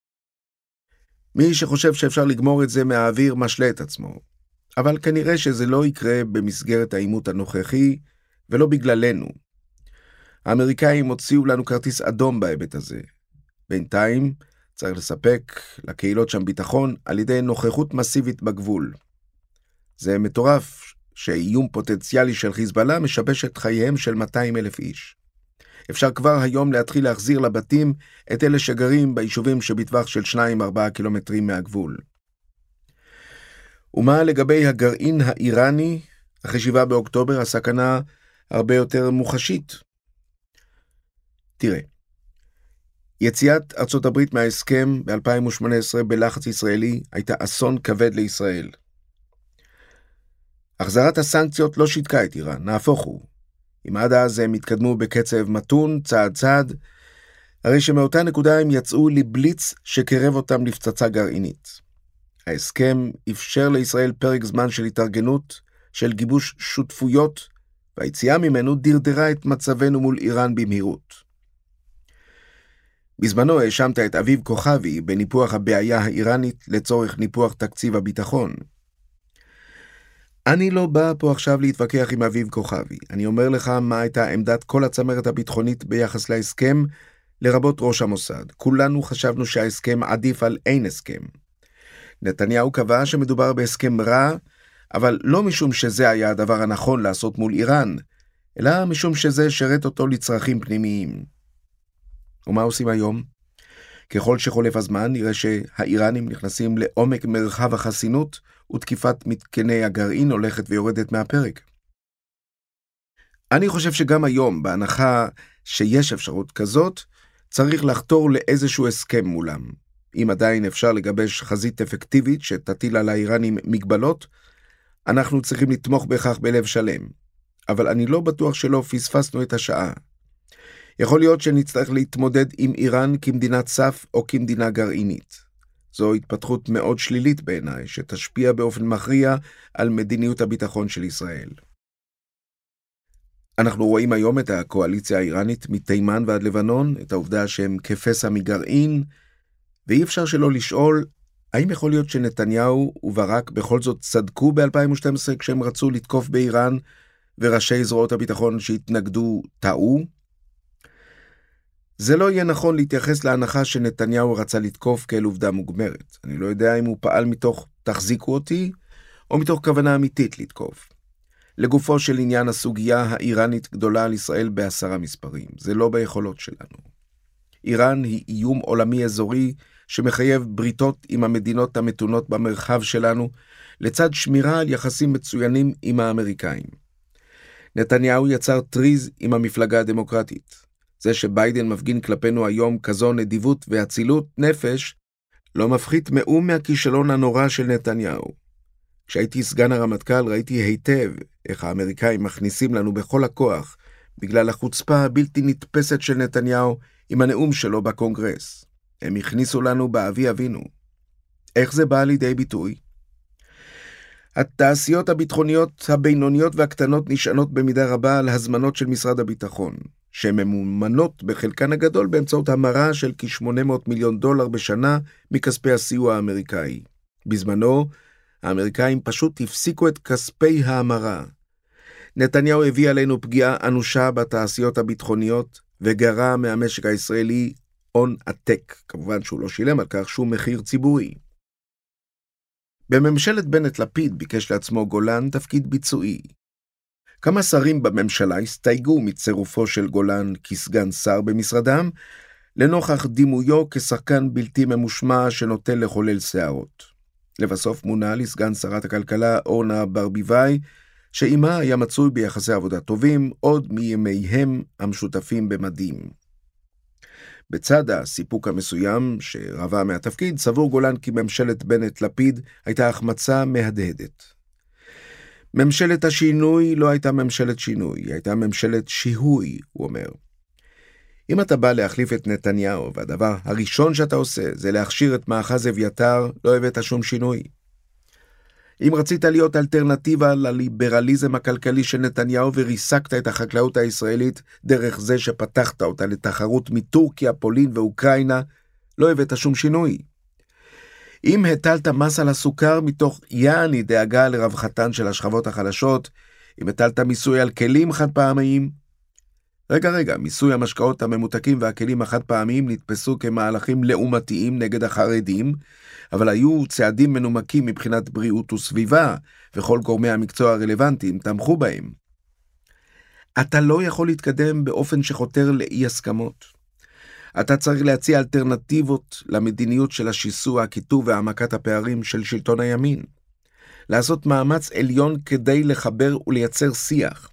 מי שחושב שאפשר לגמור את זה מהאוויר משלה את עצמו, אבל כנראה שזה לא יקרה במסגרת העימות הנוכחי, ולא בגללנו. האמריקאים הוציאו לנו כרטיס אדום בהיבט הזה. בינתיים צריך לספק לקהילות שם ביטחון על ידי נוכחות מסיבית בגבול. זה מטורף שאיום פוטנציאלי של חיזבאללה משבש את חייהם של 200,000 איש. אפשר כבר היום להתחיל להחזיר לבתים את אלה שגרים ביישובים שבטווח של 2-4 קילומטרים מהגבול. ומה לגבי הגרעין האיראני? אחרי 7 באוקטובר הסכנה הרבה יותר מוחשית. תראה, יציאת ארצות הברית מההסכם ב-2018 בלחץ ישראלי הייתה אסון כבד לישראל. החזרת הסנקציות לא שיתקה את איראן, נהפוך הוא. אם עד אז הם התקדמו בקצב מתון, צעד צעד, הרי שמאותה נקודה הם יצאו לבליץ שקרב אותם לפצצה גרעינית. ההסכם אפשר לישראל פרק זמן של התארגנות, של גיבוש שותפויות, והיציאה ממנו דרדרה את מצבנו מול איראן במהירות. בזמנו האשמת את אביב כוכבי בניפוח הבעיה האיראנית לצורך ניפוח תקציב הביטחון. אני לא בא פה עכשיו להתווכח עם אביב כוכבי. אני אומר לך מה הייתה עמדת כל הצמרת הביטחונית ביחס להסכם, לרבות ראש המוסד. כולנו חשבנו שההסכם עדיף על אין הסכם. נתניהו קבע שמדובר בהסכם רע, אבל לא משום שזה היה הדבר הנכון לעשות מול איראן, אלא משום שזה שרת אותו לצרכים פנימיים. ומה עושים היום? ככל שחולף הזמן נראה שהאיראנים נכנסים לעומק מרחב החסינות, ותקיפת מתקני הגרעין הולכת ויורדת מהפרק. אני חושב שגם היום, בהנחה שיש אפשרות כזאת, צריך לחתור לאיזשהו הסכם מולם. אם עדיין אפשר לגבש חזית אפקטיבית שתטיל על האיראנים מגבלות, אנחנו צריכים לתמוך בכך בלב שלם. אבל אני לא בטוח שלא פספסנו את השעה. יכול להיות שנצטרך להתמודד עם איראן כמדינת סף או כמדינה גרעינית. זו התפתחות מאוד שלילית בעיניי, שתשפיע באופן מכריע על מדיניות הביטחון של ישראל. אנחנו רואים היום את הקואליציה האיראנית מתימן ועד לבנון, את העובדה שהם כפסע מגרעין, ואי אפשר שלא לשאול, האם יכול להיות שנתניהו וברק בכל זאת צדקו ב-2012 כשהם רצו לתקוף באיראן, וראשי זרועות הביטחון שהתנגדו טעו? זה לא יהיה נכון להתייחס להנחה שנתניהו רצה לתקוף כאל עובדה מוגמרת. אני לא יודע אם הוא פעל מתוך תחזיקו אותי, או מתוך כוונה אמיתית לתקוף. לגופו של עניין הסוגיה האיראנית גדולה על ישראל ב10 מספרים. זה לא ביכולות שלנו. איראן היא איום עולמי אזורי שמחייב בריתות עם המדינות המתונות במרחב שלנו, לצד שמירה על יחסים מצוינים עם האמריקאים. נתניהו יצר טריז עם המפלגה הדמוקרטית. זה שביידן מפגין כלפינו היום כזו נדיבות והצילות נפש, לא מפחית מאום מהכישלון הנורא של נתניהו. כשהייתי סגן הרמטכ"ל ראיתי היטב איך האמריקאים מכניסים לנו בכל הכוח, בגלל החוצפה הבלתי נתפסת של נתניהו עם הנאום שלו בקונגרס. הם הכניסו לנו באבי אבינו. איך זה בא לידי ביטוי? התעשיות הביטחוניות הבינוניות והקטנות נשענות במידה רבה על הזמנות של משרד הביטחון. שממומנות בחלקן הגדול באמצעות המרה של כ$800 מיליון בשנה מכספי הסיוע האמריקאי. בזמנו, האמריקאים פשוט הפסיקו את כספי ההמרה. נתניהו הביא עלינו פגיעה אנושה בתעשיות הביטחוניות, וגרע מהמשק הישראלי הון עתק. כמובן שהוא לא שילם על כך שום מחיר ציבורי. בממשלת בנט-לפיד ביקש לעצמו גולן תפקיד ביצועי. כמה שרים בממשלה הסתייגו מצירופו של גולן כסגן שר במשרדם, לנוכח דימויו כשחקן בלתי ממושמע שנוטה לחולל שערות. לבסוף מונה לסגן שרת הכלכלה אורנה ברביבאי, שעימה היה מצוי ביחסי עבודה טובים עוד מימיהם המשותפים במדים. בצד הסיפוק המסוים שרבה מהתפקיד, סבור גולן כי ממשלת בנט-לפיד הייתה החמצה מהדהדת. ממשלת השינוי לא הייתה ממשלת שינוי, היא הייתה ממשלת שיהוי, הוא אומר. אם אתה בא להחליף את נתניהו, והדבר הראשון שאתה עושה זה להכשיר את מאחז אביתר, לא הבאת שום שינוי. אם רצית להיות אלטרנטיבה לליברליזם הכלכלי של נתניהו וריסקת את החקלאות הישראלית דרך זה שפתחת אותה לתחרות מטורקיה, פולין ואוקראינה, לא הבאת שום שינוי. אם הטלת מס על הסוכר מתוך יעני דאגה לרווחתן של השכבות החלשות, אם הטלת מיסוי על כלים חד פעמיים, רגע, מיסוי המשקאות הממותקים והכלים החד פעמיים נתפסו כמהלכים לעומתיים נגד החרדים, אבל היו צעדים מנומקים מבחינת בריאות וסביבה, וכל גורמי המקצוע הרלוונטיים תמכו בהם. אתה לא יכול להתקדם באופן שחותר לאי הסכמות. אתה צריך להציע אלטרנטיבות למדיניות של השיסוע, הקיטוב והעמקת הפערים של שלטון הימין. לעשות מאמץ עליון כדי לחבר ולייצר שיח.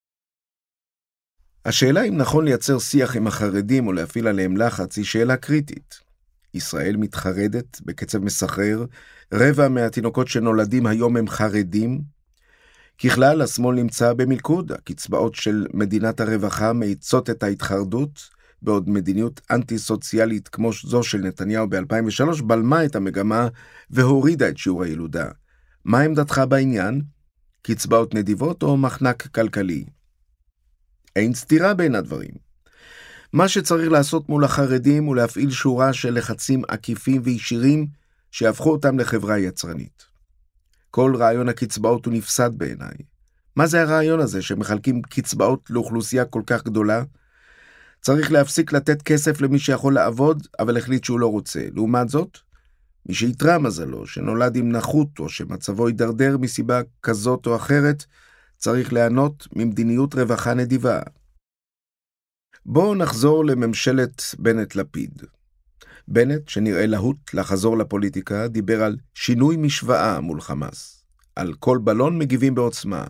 השאלה אם נכון לייצר שיח עם החרדים או להפעיל עליהם לחץ היא שאלה קריטית. ישראל מתחרדת בקצב מסחרר, רבע מהתינוקות שנולדים היום הם חרדים. ככלל, השמאל נמצא במלכוד, הקצבאות של מדינת הרווחה מאיצות את ההתחרדות, בעוד מדיניות אנטי-סוציאלית כמו זו של נתניהו ב-2003 בלמה את המגמה והורידה את שיעור הילודה. מה עמדתך בעניין? קצבאות נדיבות או מחנק כלכלי? אין סתירה בין הדברים. מה שצריך לעשות מול החרדים הוא להפעיל שורה של לחצים עקיפים וישירים שיהפכו אותם לחברה יצרנית. כל רעיון הקצבאות הוא נפסד בעיניי. מה זה הרעיון הזה שמחלקים קצבאות לאוכלוסייה כל כך גדולה? צריך להפסיק לתת כסף למי שיכול לעבוד, אבל החליט שהוא לא רוצה. לעומת זאת, מי שיתרע מזלו, שנולד עם נכות או שמצבו יידרדר מסיבה כזאת או אחרת, צריך ליהנות ממדיניות רווחה נדיבה. בואו נחזור לממשלת בנט-לפיד. בנט, שנראה להוט לחזור לפוליטיקה, דיבר על שינוי משוואה מול חמאס. על כל בלון מגיבים בעוצמה.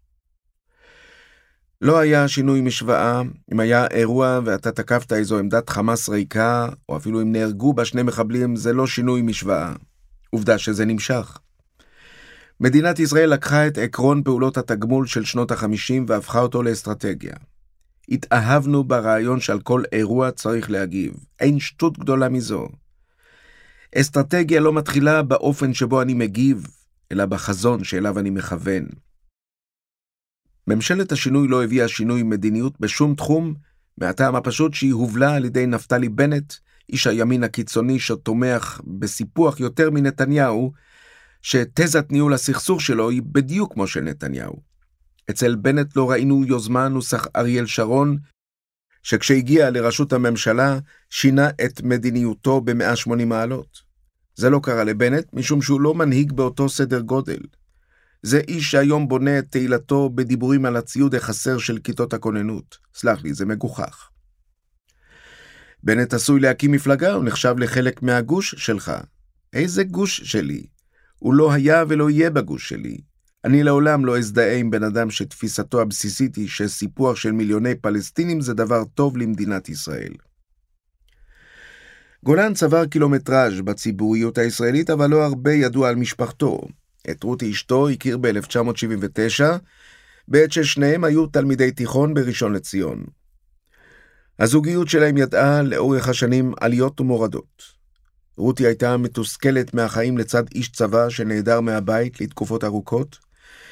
לא היה שינוי משוואה אם היה אירוע ואתה תקפת איזו עמדת חמאס ריקה, או אפילו אם נהרגו בה שני מחבלים, זה לא שינוי משוואה. עובדה שזה נמשך. מדינת ישראל לקחה את עקרון פעולות התגמול של שנות ה-50 והפכה אותו לאסטרטגיה. התאהבנו ברעיון שעל כל אירוע צריך להגיב. אין שטות גדולה מזו. אסטרטגיה לא מתחילה באופן שבו אני מגיב, אלא בחזון שאליו אני מכוון. ממשלת השינוי לא הביאה שינוי מדיניות בשום תחום, מהטעם הפשוט שהיא הובלה על ידי נפתלי בנט, איש הימין הקיצוני שתומך בסיפוח יותר מנתניהו, שתזת ניהול הסכסוך שלו היא בדיוק כמו של נתניהו. אצל בנט לא ראינו יוזמה נוסח אריאל שרון, שכשהגיע לראשות הממשלה שינה את מדיניותו ב-180 מעלות. זה לא קרה לבנט משום שהוא לא מנהיג באותו סדר גודל. זה איש שהיום בונה את תהילתו בדיבורים על הציוד החסר של כיתות הכוננות. סלח לי, זה מגוחך. בנט עשוי להקים מפלגה, הוא נחשב לחלק מהגוש שלך. איזה גוש שלי? הוא לא היה ולא יהיה בגוש שלי. אני לעולם לא אזדהה עם בן אדם שתפיסתו הבסיסית היא שסיפוח של מיליוני פלסטינים זה דבר טוב למדינת ישראל. גולן צבר קילומטראז' בציבוריות הישראלית, אבל לא הרבה ידוע על משפחתו. את רותי אשתו הכיר ב-1979, בעת ששניהם היו תלמידי תיכון בראשון לציון. הזוגיות שלהם ידעה לאורך השנים עליות ומורדות. רותי הייתה מתוסכלת מהחיים לצד איש צבא שנעדר מהבית לתקופות ארוכות.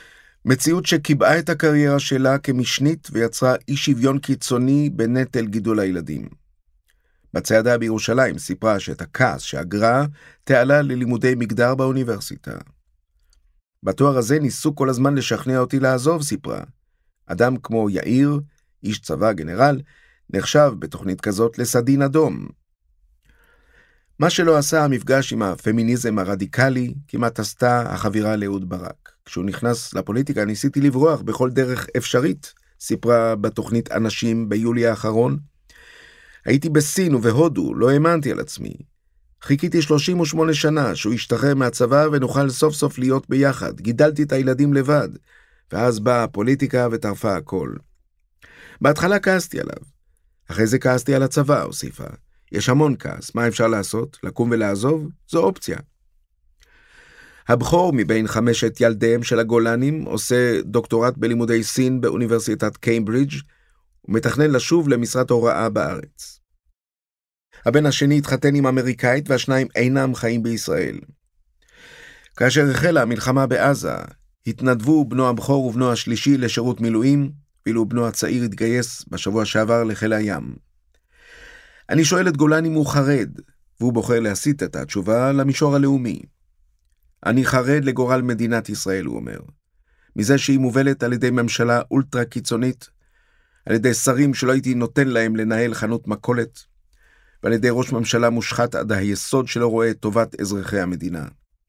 מציאות שקיבעה את הקריירה שלה כמשנית ויצרה אי שוויון קיצוני בנטל גידול הילדים. בצעדה בירושלים סיפרה שאת הכעס שאגרה תעלה ללימודי מגדר באוניברסיטה. בתואר הזה ניסו כל הזמן לשכנע אותי לעזוב, סיפרה. אדם כמו יאיר, איש צבא גנרל, נחשב בתוכנית כזאת לסדין אדום. מה שלא עשה המפגש עם הפמיניזם הרדיקלי, כמעט עשתה החבירה לאהוד ברק. כשהוא נכנס לפוליטיקה ניסיתי לברוח בכל דרך אפשרית, סיפרה בתוכנית אנשים ביולי האחרון. הייתי בסין ובהודו, לא האמנתי על עצמי. חיכיתי 38 שנה שהוא ישתחרר מהצבא ונוכל סוף סוף להיות ביחד. גידלתי את הילדים לבד, ואז באה הפוליטיקה וטרפה הכל. בהתחלה כעסתי עליו. אחרי זה כעסתי על הצבא, הוסיפה. יש המון כעס, מה אפשר לעשות? לקום ולעזוב? זו אופציה. הבכור מבין 5 ילדיהם של הגולנים עושה דוקטורט בלימודי סין באוניברסיטת קיימברידג' ומתכנן לשוב למשרת הוראה בארץ. הבן השני התחתן עם אמריקאית והשניים אינם חיים בישראל. כאשר החלה המלחמה בעזה, התנדבו בנו הבכור ובנו השלישי לשירות מילואים, ואילו בנו הצעיר התגייס בשבוע שעבר לחיל הים. אני שואל את גולן אם הוא חרד, והוא בוחר להסיט את התשובה למישור הלאומי. אני חרד לגורל מדינת ישראל, הוא אומר. מזה שהיא מובלת על ידי ממשלה אולטרה קיצונית, על ידי שרים שלא הייתי נותן להם לנהל חנות מכולת, ועל ידי ראש ממשלה מושחת עד היסוד שלא רואה את טובת אזרחי המדינה.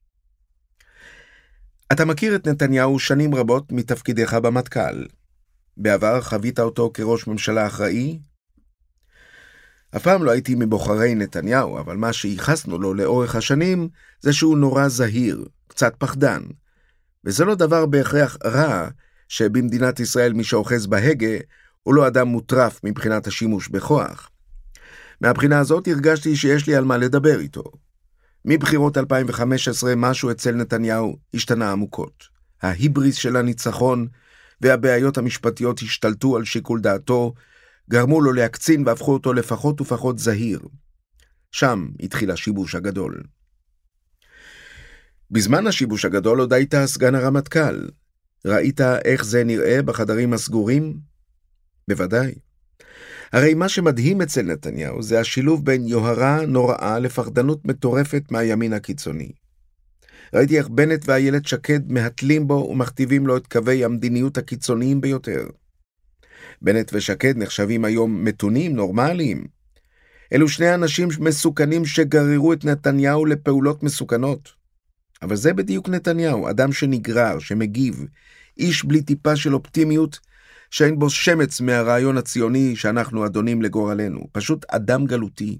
אתה מכיר את נתניהו שנים רבות מתפקידך במטכ"ל. בעבר חווית אותו כראש ממשלה אחראי? אף פעם לא הייתי מבוחרי נתניהו, אבל מה שייחסנו לו לאורך השנים זה שהוא נורא זהיר, קצת פחדן. וזה לא דבר בהכרח רע שבמדינת ישראל מי שאוחז בהגה הוא לא אדם מוטרף מבחינת השימוש בכוח. מהבחינה הזאת הרגשתי שיש לי על מה לדבר איתו. מבחירות 2015 משהו אצל נתניהו השתנה עמוקות. ההיבריס של הניצחון והבעיות המשפטיות השתלטו על שיקול דעתו, גרמו לו להקצין והפכו אותו לפחות ופחות זהיר. שם התחיל השיבוש הגדול. בזמן השיבוש הגדול עוד היית סגן הרמטכ"ל. ראית איך זה נראה בחדרים הסגורים? בוודאי. הרי מה שמדהים אצל נתניהו זה השילוב בין יוהרה נוראה לפחדנות מטורפת מהימין הקיצוני. ראיתי איך בנט ואיילת שקד מהתלים בו ומכתיבים לו את קווי המדיניות הקיצוניים ביותר. בנט ושקד נחשבים היום מתונים, נורמליים. אלו שני אנשים מסוכנים שגררו את נתניהו לפעולות מסוכנות. אבל זה בדיוק נתניהו, אדם שנגרר, שמגיב, איש בלי טיפה של אופטימיות, שאין בו שמץ מהרעיון הציוני שאנחנו אדונים לגורלנו, פשוט אדם גלותי.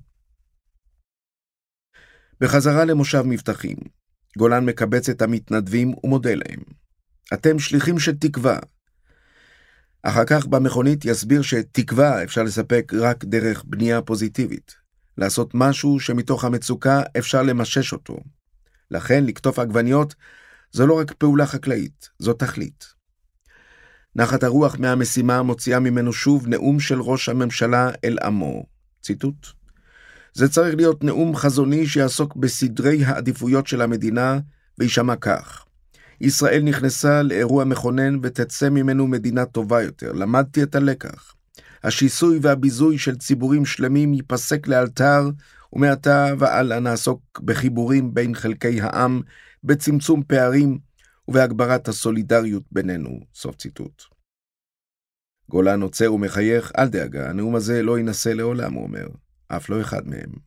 בחזרה למושב מבטחים, גולן מקבץ את המתנדבים ומודה להם. אתם שליחים של תקווה. אחר כך במכונית יסביר שתקווה אפשר לספק רק דרך בנייה פוזיטיבית, לעשות משהו שמתוך המצוקה אפשר למשש אותו. לכן לקטוף עגבניות זו לא רק פעולה חקלאית, זו תכלית. נחת הרוח מהמשימה מוציאה ממנו שוב נאום של ראש הממשלה אל עמו. ציטוט: זה צריך להיות נאום חזוני שיעסוק בסדרי העדיפויות של המדינה, וישמע כך: ישראל נכנסה לאירוע מכונן ותצא ממנו מדינה טובה יותר. למדתי את הלקח. השיסוי והביזוי של ציבורים שלמים ייפסק לאלתר, ומעתה והלאה נעסוק בחיבורים בין חלקי העם, בצמצום פערים ובהגברת הסולידריות בינינו. סוף ציטוט. גולן עוצר ומחייך, אל דאגה, הנאום הזה לא ינסה לעולם, הוא אומר, אף לא אחד מהם.